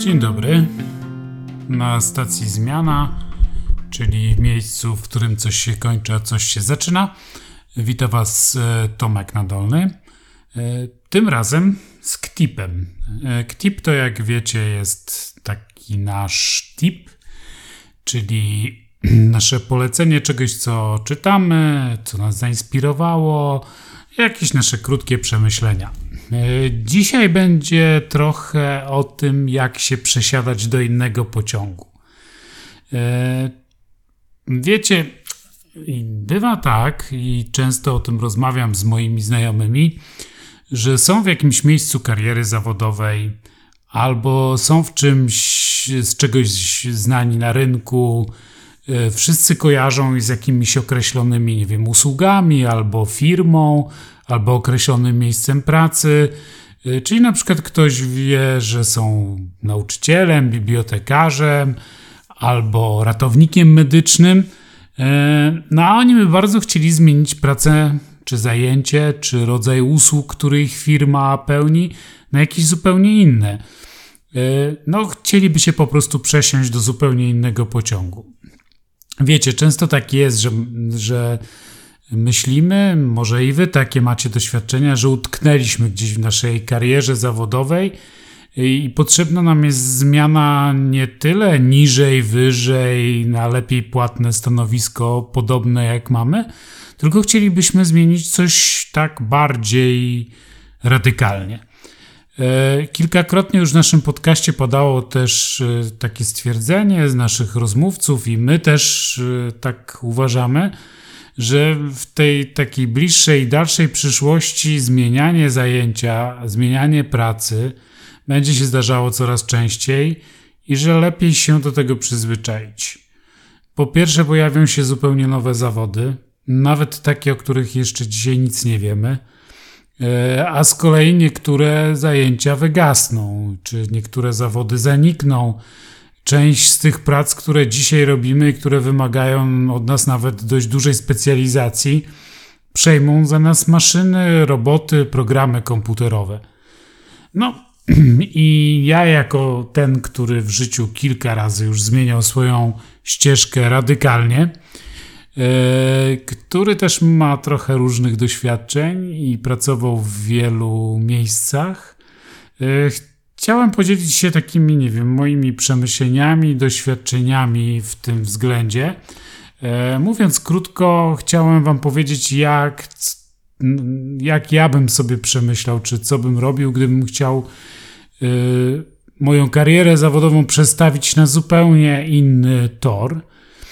Dzień dobry. Na stacji Zmiana, czyli w miejscu, w którym coś się kończy, a coś się zaczyna, wita Was Tomek Nadolny. Tym razem z KTIP-em. KTIP to, jak wiecie, jest taki nasz tip, czyli nasze polecenie czegoś, co czytamy, co nas zainspirowało, jakieś nasze krótkie przemyślenia. Dzisiaj będzie trochę o tym, jak się przesiadać do innego pociągu. Wiecie, bywa tak, i często o tym rozmawiam z moimi znajomymi, że są w jakimś miejscu kariery zawodowej albo są w czymś, z czegoś znani na rynku. Wszyscy kojarzą ich z jakimiś określonymi, nie wiem, usługami albo firmą, albo określonym miejscem pracy. Czyli na przykład ktoś wie, że są nauczycielem, bibliotekarzem albo ratownikiem medycznym. No a oni by bardzo chcieli zmienić pracę, czy zajęcie, czy rodzaj usług, który ich firma pełni, na jakieś zupełnie inne. No, chcieliby się po prostu przesiąść do zupełnie innego pociągu. Wiecie, często tak jest, że myślimy, może i wy takie macie doświadczenia, że utknęliśmy gdzieś w naszej karierze zawodowej i potrzebna nam jest zmiana nie tyle niżej, wyżej, na lepiej płatne stanowisko podobne jak mamy, tylko chcielibyśmy zmienić coś tak bardziej radykalnie. Kilkakrotnie już w naszym podcaście padało też takie stwierdzenie z naszych rozmówców i my też tak uważamy, że w tej takiej bliższej i dalszej przyszłości zmienianie zajęcia, zmienianie pracy będzie się zdarzało coraz częściej i że lepiej się do tego przyzwyczaić. Po pierwsze, pojawią się zupełnie nowe zawody, nawet takie, o których jeszcze dzisiaj nic nie wiemy, a z kolei niektóre zajęcia wygasną, czy niektóre zawody zanikną. Część z tych prac, które dzisiaj robimy i które wymagają od nas nawet dość dużej specjalizacji, przejmą za nas maszyny, roboty, programy komputerowe. No i ja jako ten, który w życiu kilka razy już zmieniał swoją ścieżkę radykalnie, który też ma trochę różnych doświadczeń i pracował w wielu miejscach, chciałem podzielić się takimi, nie wiem, moimi przemyśleniami, doświadczeniami w tym względzie. Mówiąc krótko, chciałem wam powiedzieć, jak ja bym sobie przemyślał, czy co bym robił, gdybym chciał moją karierę zawodową przestawić na zupełnie inny tor.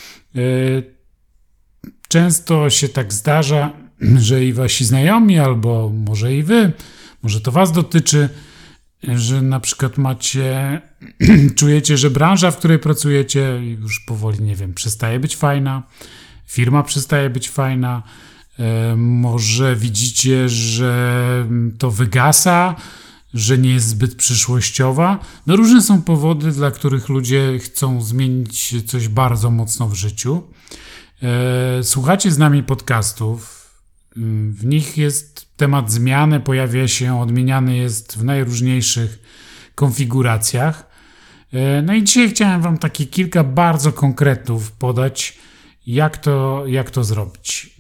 Często się tak zdarza, że i wasi znajomi, albo może i wy, może to was dotyczy, że na przykład czujecie, że branża, w której pracujecie, już powoli, nie wiem, przestaje być fajna, firma przestaje być fajna, może widzicie, że to wygasa, że nie jest zbyt przyszłościowa. No różne są powody, dla których ludzie chcą zmienić coś bardzo mocno w życiu. Słuchacie z nami podcastów, w nich jest temat zmiany, pojawia się, odmieniany jest w najróżniejszych konfiguracjach. No i dzisiaj chciałem wam takie kilka bardzo konkretów podać, jak to zrobić.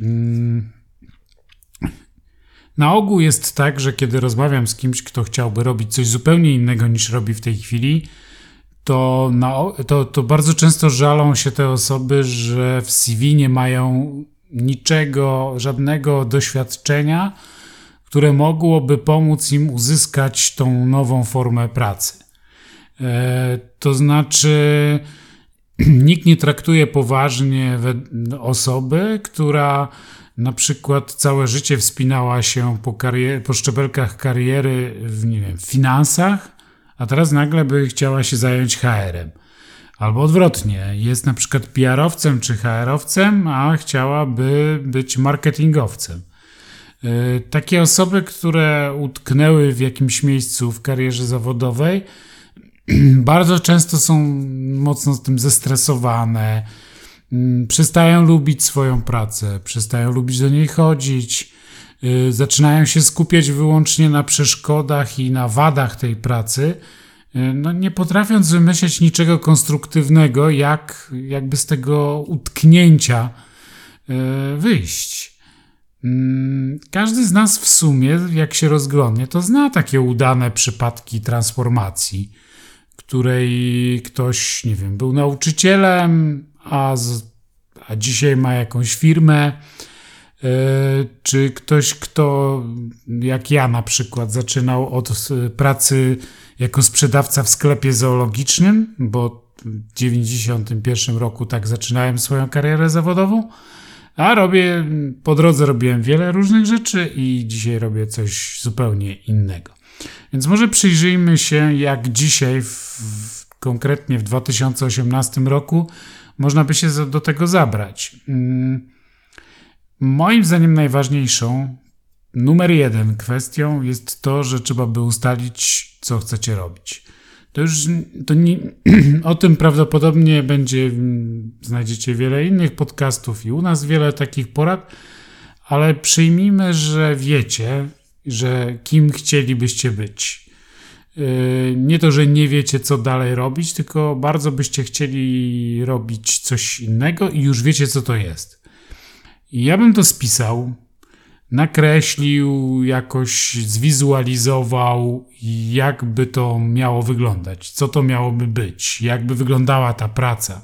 Na ogół jest tak, że kiedy rozmawiam z kimś, kto chciałby robić coś zupełnie innego niż robi w tej chwili, to bardzo często żalą się te osoby, że w CV nie mają niczego, żadnego doświadczenia, które mogłoby pomóc im uzyskać tą nową formę pracy. To znaczy, nikt nie traktuje poważnie osoby, która na przykład całe życie wspinała się po szczebelkach kariery w, nie wiem, w finansach, a teraz nagle by chciała się zająć HR-em. Albo odwrotnie, jest na przykład PR-owcem czy HR-owcem, a chciałaby być marketingowcem. Takie osoby, które utknęły w jakimś miejscu w karierze zawodowej, bardzo często są mocno z tym zestresowane, przestają lubić swoją pracę, przestają lubić do niej chodzić, zaczynają się skupiać wyłącznie na przeszkodach i na wadach tej pracy, no nie potrafiąc wymyśleć niczego konstruktywnego, jakby z tego utknięcia wyjść. Każdy z nas w sumie, jak się rozglądnie, to zna takie udane przypadki transformacji, której ktoś, nie wiem, był nauczycielem, a dzisiaj ma jakąś firmę, czy ktoś, kto jak ja na przykład zaczynał od pracy jako sprzedawca w sklepie zoologicznym, bo w 91 roku tak zaczynałem swoją karierę zawodową, a po drodze robiłem wiele różnych rzeczy i dzisiaj robię coś zupełnie innego. Więc może przyjrzyjmy się, jak dzisiaj, konkretnie w 2018 roku, można by się do tego zabrać. Moim zdaniem najważniejszą, numer 1 kwestią jest to, że trzeba by ustalić, co chcecie robić. O tym prawdopodobnie znajdziecie wiele innych podcastów i u nas wiele takich porad, ale przyjmijmy, że wiecie, że kim chcielibyście być. Nie to, że nie wiecie, co dalej robić, tylko bardzo byście chcieli robić coś innego i już wiecie, co to jest. I ja bym to spisał, nakreślił, jakoś zwizualizował, jak by to miało wyglądać, co to miałoby być, jak by wyglądała ta praca.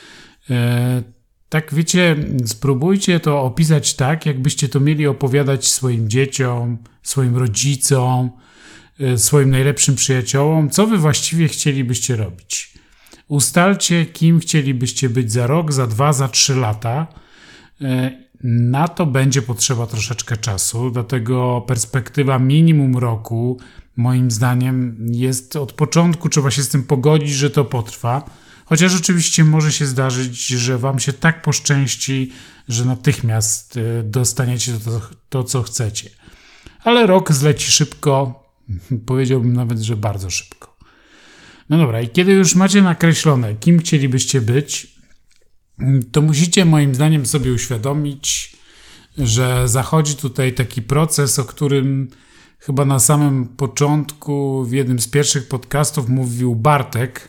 Tak wiecie, spróbujcie to opisać tak, jakbyście to mieli opowiadać swoim dzieciom, swoim rodzicom, swoim najlepszym przyjaciołom, co wy właściwie chcielibyście robić. Ustalcie, kim chcielibyście być za rok, za 2, za 3 lata. Na to będzie potrzeba troszeczkę czasu, dlatego perspektywa minimum roku, moim zdaniem, jest od początku, trzeba się z tym pogodzić, że to potrwa. Chociaż oczywiście może się zdarzyć, że wam się tak poszczęści, że natychmiast dostaniecie to, co chcecie. Ale rok zleci szybko, powiedziałbym nawet, że bardzo szybko. No dobra, i kiedy już macie nakreślone, kim chcielibyście być, to musicie moim zdaniem sobie uświadomić, że zachodzi tutaj taki proces, o którym chyba na samym początku w jednym z pierwszych podcastów mówił Bartek.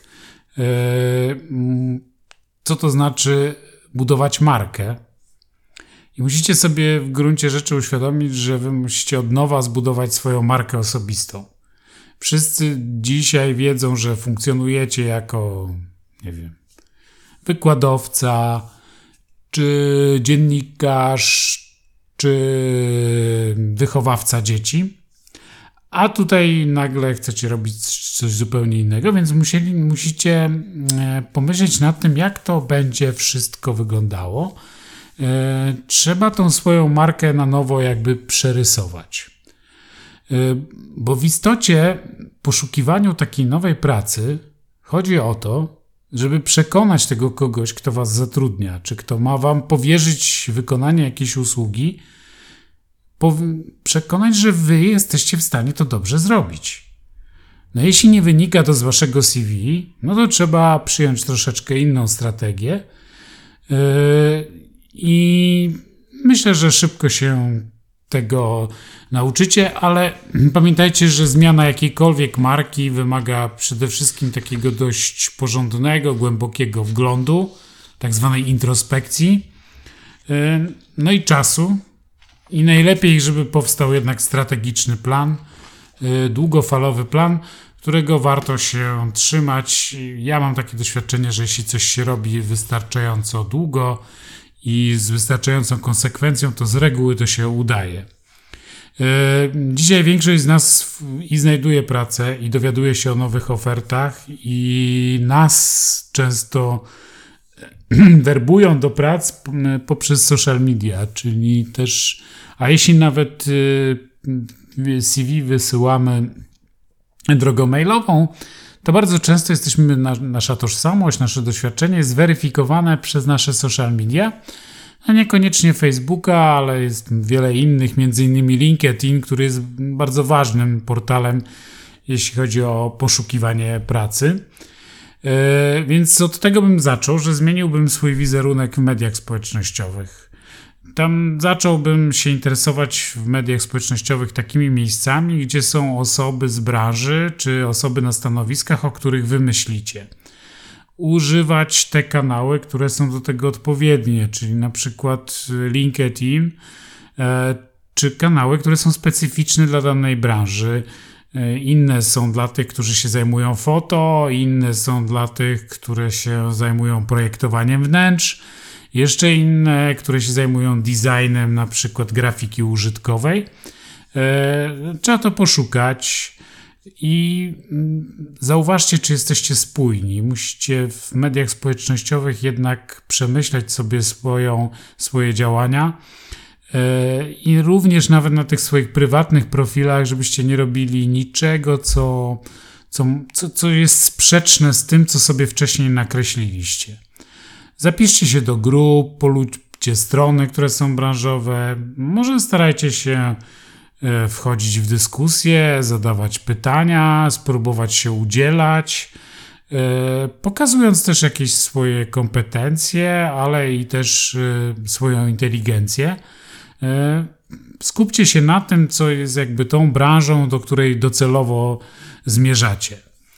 Co to znaczy budować markę? I musicie sobie w gruncie rzeczy uświadomić, że wy musicie od nowa zbudować swoją markę osobistą. Wszyscy dzisiaj wiedzą, że funkcjonujecie jako, nie wiem, wykładowca, czy dziennikarz, czy wychowawca dzieci, a tutaj nagle chcecie robić coś zupełnie innego, więc musicie pomyśleć nad tym, jak to będzie wszystko wyglądało. Trzeba tą swoją markę na nowo jakby przerysować. Bo w istocie poszukiwaniu takiej nowej pracy chodzi o to, żeby przekonać tego kogoś, kto was zatrudnia, czy kto ma wam powierzyć wykonanie jakiejś usługi, przekonać, że wy jesteście w stanie to dobrze zrobić. No jeśli nie wynika to z waszego CV, no to trzeba przyjąć troszeczkę inną strategię i myślę, że szybko się tego nauczycie, ale pamiętajcie, że zmiana jakiejkolwiek marki wymaga przede wszystkim takiego dość porządnego, głębokiego wglądu, tak zwanej introspekcji, no i czasu. I najlepiej, żeby powstał jednak strategiczny plan, długofalowy plan, którego warto się trzymać. Ja mam takie doświadczenie, że jeśli coś się robi wystarczająco długo i z wystarczającą konsekwencją, to z reguły to się udaje. Dzisiaj większość z nas i znajduje pracę i dowiaduje się o nowych ofertach i nas często werbują do prac poprzez social media, czyli też, a jeśli nawet CV wysyłamy drogą mailową, to bardzo często nasza tożsamość, nasze doświadczenie jest zweryfikowane przez nasze social media, a niekoniecznie Facebooka, ale jest wiele innych, między innymi LinkedIn, który jest bardzo ważnym portalem, jeśli chodzi o poszukiwanie pracy. Więc od tego bym zaczął, że zmieniłbym swój wizerunek w mediach społecznościowych. tam zacząłbym się interesować w mediach społecznościowych takimi miejscami, gdzie są osoby z branży, czy osoby na stanowiskach, o których wy myślicie. Używać te kanały, które są do tego odpowiednie, czyli na przykład LinkedIn, czy kanały, które są specyficzne dla danej branży. Inne są dla tych, którzy się zajmują foto, inne są dla tych, które się zajmują projektowaniem wnętrz, jeszcze inne, które się zajmują designem, na przykład grafiki użytkowej. Trzeba to poszukać i zauważcie, czy jesteście spójni. Musicie w mediach społecznościowych jednak przemyśleć sobie swoje działania i również nawet na tych swoich prywatnych profilach, żebyście nie robili niczego, co jest sprzeczne z tym, co sobie wcześniej nakreśliliście. Zapiszcie się do grup, polubcie strony, które są branżowe. Może starajcie się wchodzić w dyskusje, zadawać pytania, spróbować się udzielać, pokazując też jakieś swoje kompetencje, ale i też swoją inteligencję. Skupcie się na tym, co jest jakby tą branżą, do której docelowo zmierzacie.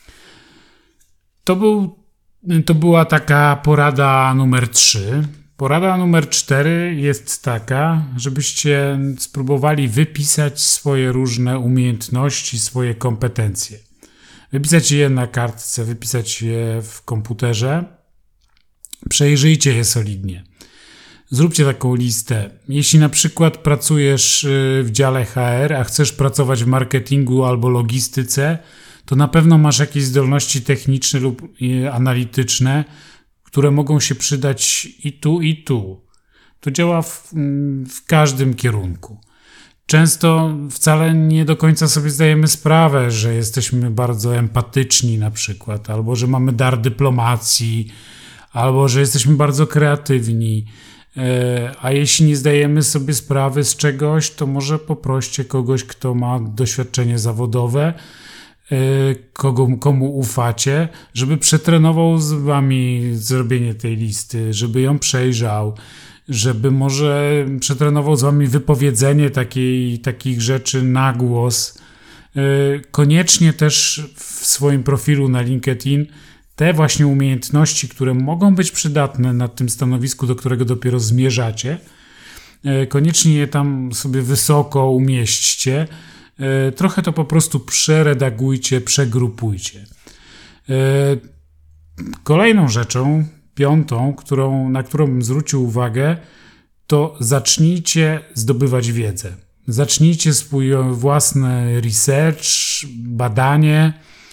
To była taka porada numer 3. Porada numer 4 jest taka, żebyście spróbowali wypisać swoje różne umiejętności, swoje kompetencje. Wypisać je na kartce, wypisać je w komputerze. Przejrzyjcie je solidnie. Zróbcie taką listę. Jeśli na przykład pracujesz w dziale HR, a chcesz pracować w marketingu albo logistyce, to na pewno masz jakieś zdolności techniczne lub analityczne, które mogą się przydać i tu, i tu. To działa w każdym kierunku. Często wcale nie do końca sobie zdajemy sprawę, że jesteśmy bardzo empatyczni na przykład, albo że mamy dar dyplomacji, albo że jesteśmy bardzo kreatywni. A jeśli nie zdajemy sobie sprawy z czegoś, to może poproście kogoś, kto ma doświadczenie zawodowe, komu ufacie, żeby przetrenował z wami zrobienie tej listy, żeby ją przejrzał, żeby może przetrenował z wami wypowiedzenie takich rzeczy na głos. Koniecznie też w swoim profilu na LinkedIn te właśnie umiejętności, które mogą być przydatne na tym stanowisku, do którego dopiero zmierzacie, koniecznie je tam sobie wysoko umieśćcie. Trochę to po prostu przeredagujcie, przegrupujcie. Kolejną rzeczą, 5., na którą bym zwrócił uwagę, to zacznijcie zdobywać wiedzę. Zacznijcie swój własny research, badanie,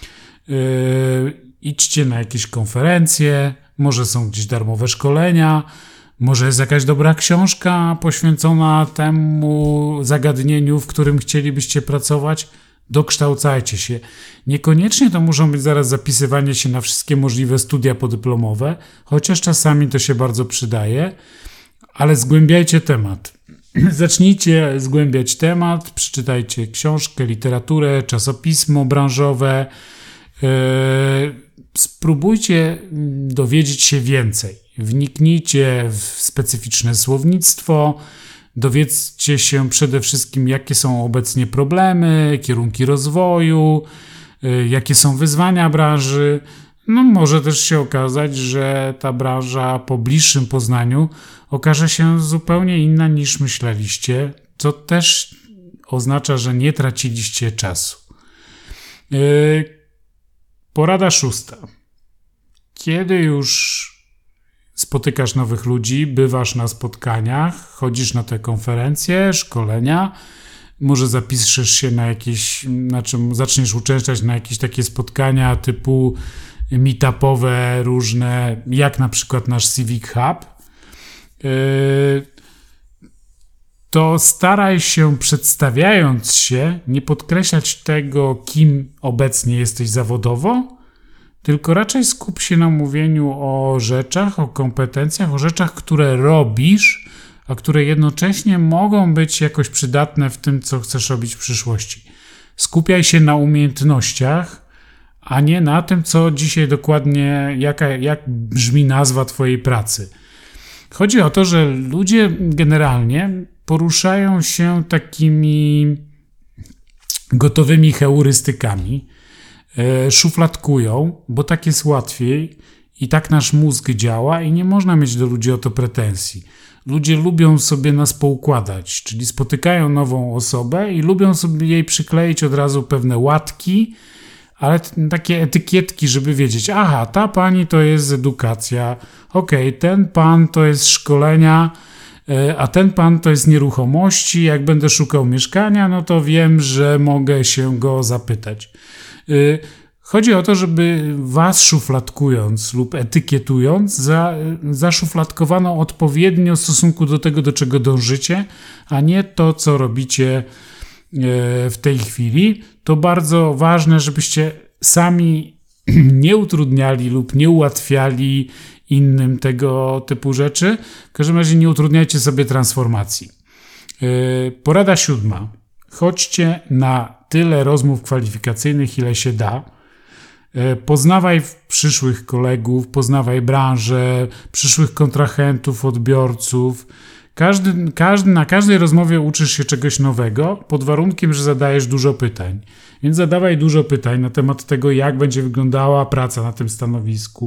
idźcie na jakieś konferencje, może są gdzieś darmowe szkolenia, może jest jakaś dobra książka poświęcona temu zagadnieniu, w którym chcielibyście pracować. Dokształcajcie się. Niekoniecznie to muszą być zaraz zapisywanie się na wszystkie możliwe studia podyplomowe, chociaż czasami to się bardzo przydaje, ale zgłębiajcie temat. Zacznijcie zgłębiać temat, przeczytajcie książkę, literaturę, czasopismo branżowe. Spróbujcie dowiedzieć się więcej. Wniknijcie w specyficzne słownictwo, dowiedzcie się przede wszystkim, jakie są obecnie problemy, kierunki rozwoju, jakie są wyzwania branży. Może też się okazać, że ta branża po bliższym poznaniu okaże się zupełnie inna niż myśleliście, co też oznacza, że nie traciliście czasu. Porada 6. Kiedy już spotykasz nowych ludzi, bywasz na spotkaniach, chodzisz na te konferencje, szkolenia, może zapiszesz się na jakieś, zaczniesz uczęszczać na jakieś takie spotkania typu meetupowe różne, jak na przykład nasz Civic Hub, to staraj się, przedstawiając się, nie podkreślać tego, kim obecnie jesteś zawodowo, tylko raczej skup się na mówieniu o rzeczach, o kompetencjach, o rzeczach, które robisz, a które jednocześnie mogą być jakoś przydatne w tym, co chcesz robić w przyszłości. Skupiaj się na umiejętnościach, a nie na tym, co dzisiaj dokładnie, jak brzmi nazwa twojej pracy. Chodzi o to, że ludzie generalnie poruszają się takimi gotowymi heurystykami, szufladkują, bo tak jest łatwiej i tak nasz mózg działa i nie można mieć do ludzi o to pretensji. Ludzie lubią sobie nas poukładać, czyli spotykają nową osobę i lubią sobie jej przykleić od razu pewne łatki, ale takie etykietki, żeby wiedzieć, aha, ta pani to jest edukacja, okej, ten pan to jest szkolenia, a ten pan to jest nieruchomości, jak będę szukał mieszkania, no to wiem, że mogę się go zapytać. Chodzi o to, żeby was szufladkując lub etykietując zaszufladkowano odpowiednio w stosunku do tego, do czego dążycie, a nie to, co robicie w tej chwili. To bardzo ważne, żebyście sami nie utrudniali lub nie ułatwiali innym tego typu rzeczy. W każdym razie nie utrudniajcie sobie transformacji. Porada 7. Chodźcie na tyle rozmów kwalifikacyjnych, ile się da. Poznawaj przyszłych kolegów, poznawaj branżę, przyszłych kontrahentów, odbiorców. Na każdej rozmowie uczysz się czegoś nowego, pod warunkiem, że zadajesz dużo pytań. Więc zadawaj dużo pytań na temat tego, jak będzie wyglądała praca na tym stanowisku,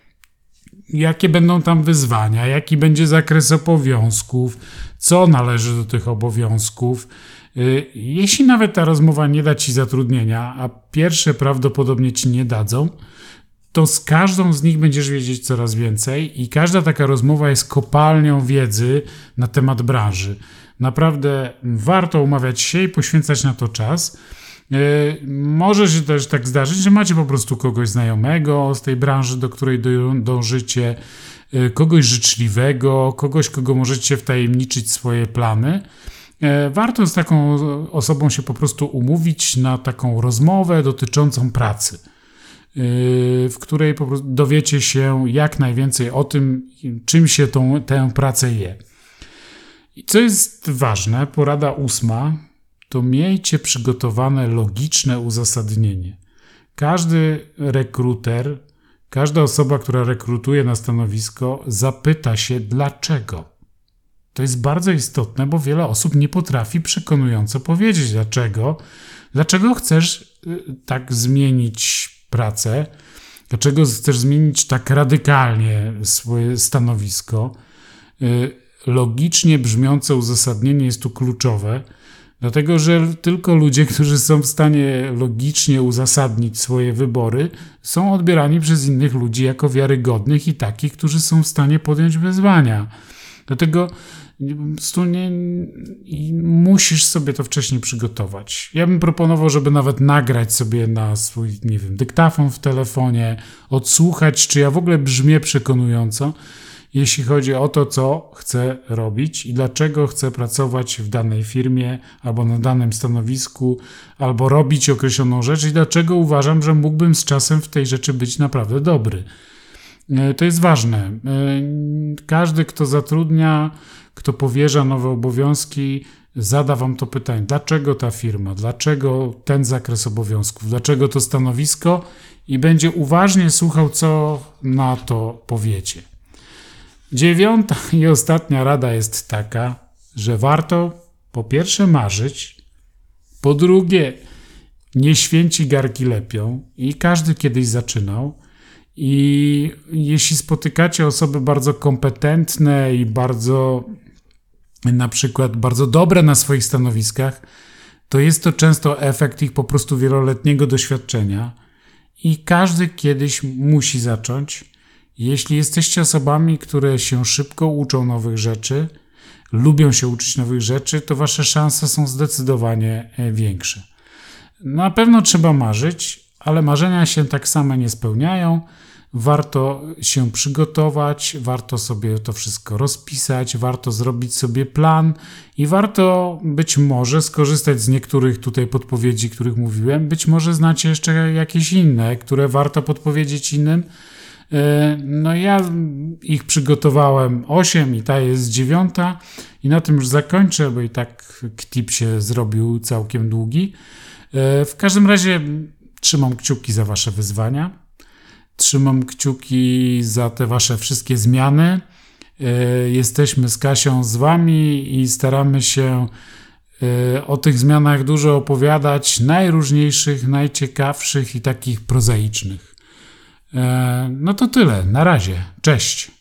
jakie będą tam wyzwania, jaki będzie zakres obowiązków, co należy do tych obowiązków. Jeśli nawet ta rozmowa nie da ci zatrudnienia, a pierwsze prawdopodobnie ci nie dadzą, to z każdą z nich będziesz wiedzieć coraz więcej i każda taka rozmowa jest kopalnią wiedzy na temat branży. Naprawdę warto umawiać się i poświęcać na to czas. Może się też tak zdarzyć, że macie po prostu kogoś znajomego z tej branży, do której dążycie, kogoś życzliwego, kogoś, kogo możecie wtajemniczyć swoje plany. Warto z taką osobą się po prostu umówić na taką rozmowę dotyczącą pracy, w której po prostu dowiecie się jak najwięcej o tym, czym się tę pracę je. I co jest ważne, porada 8, to miejcie przygotowane logiczne uzasadnienie. Każdy rekruter, każda osoba, która rekrutuje na stanowisko, zapyta się dlaczego. To jest bardzo istotne, bo wiele osób nie potrafi przekonująco powiedzieć dlaczego. Dlaczego chcesz tak zmienić pracę? Dlaczego chcesz zmienić tak radykalnie swoje stanowisko? Logicznie brzmiące uzasadnienie jest tu kluczowe, dlatego że tylko ludzie, którzy są w stanie logicznie uzasadnić swoje wybory, są odbierani przez innych ludzi jako wiarygodnych i takich, którzy są w stanie podjąć wyzwania. Dlatego musisz sobie to wcześniej przygotować. Ja bym proponował, żeby nawet nagrać sobie na swój, dyktafon w telefonie, odsłuchać, czy ja w ogóle brzmię przekonująco, jeśli chodzi o to, co chcę robić i dlaczego chcę pracować w danej firmie albo na danym stanowisku, albo robić określoną rzecz i dlaczego uważam, że mógłbym z czasem w tej rzeczy być naprawdę dobry. To jest ważne. Każdy, kto zatrudnia, kto powierza nowe obowiązki, zada wam to pytanie. Dlaczego ta firma? Dlaczego ten zakres obowiązków? Dlaczego to stanowisko? I będzie uważnie słuchał, co na to powiecie. 9. i ostatnia rada jest taka, że warto po pierwsze marzyć, po drugie nie święci garki lepią i każdy kiedyś zaczynał. I jeśli spotykacie osoby bardzo kompetentne i na przykład bardzo dobre na swoich stanowiskach, to jest to często efekt ich po prostu wieloletniego doświadczenia i każdy kiedyś musi zacząć. Jeśli jesteście osobami, które się szybko uczą nowych rzeczy, lubią się uczyć nowych rzeczy, to wasze szanse są zdecydowanie większe. Na pewno trzeba marzyć, ale marzenia się tak same nie spełniają. Warto się przygotować, warto sobie to wszystko rozpisać, warto zrobić sobie plan i warto być może skorzystać z niektórych tutaj podpowiedzi, których mówiłem. Być może znacie jeszcze jakieś inne, które warto podpowiedzieć innym. No ja ich przygotowałem 8 i ta jest 9 i na tym już zakończę, bo i tak klip się zrobił całkiem długi. W każdym razie trzymam kciuki za wasze wyzwania, trzymam kciuki za te wasze wszystkie zmiany. Jesteśmy z Kasią z wami i staramy się o tych zmianach dużo opowiadać, najróżniejszych, najciekawszych i takich prozaicznych. No to tyle, na razie, cześć.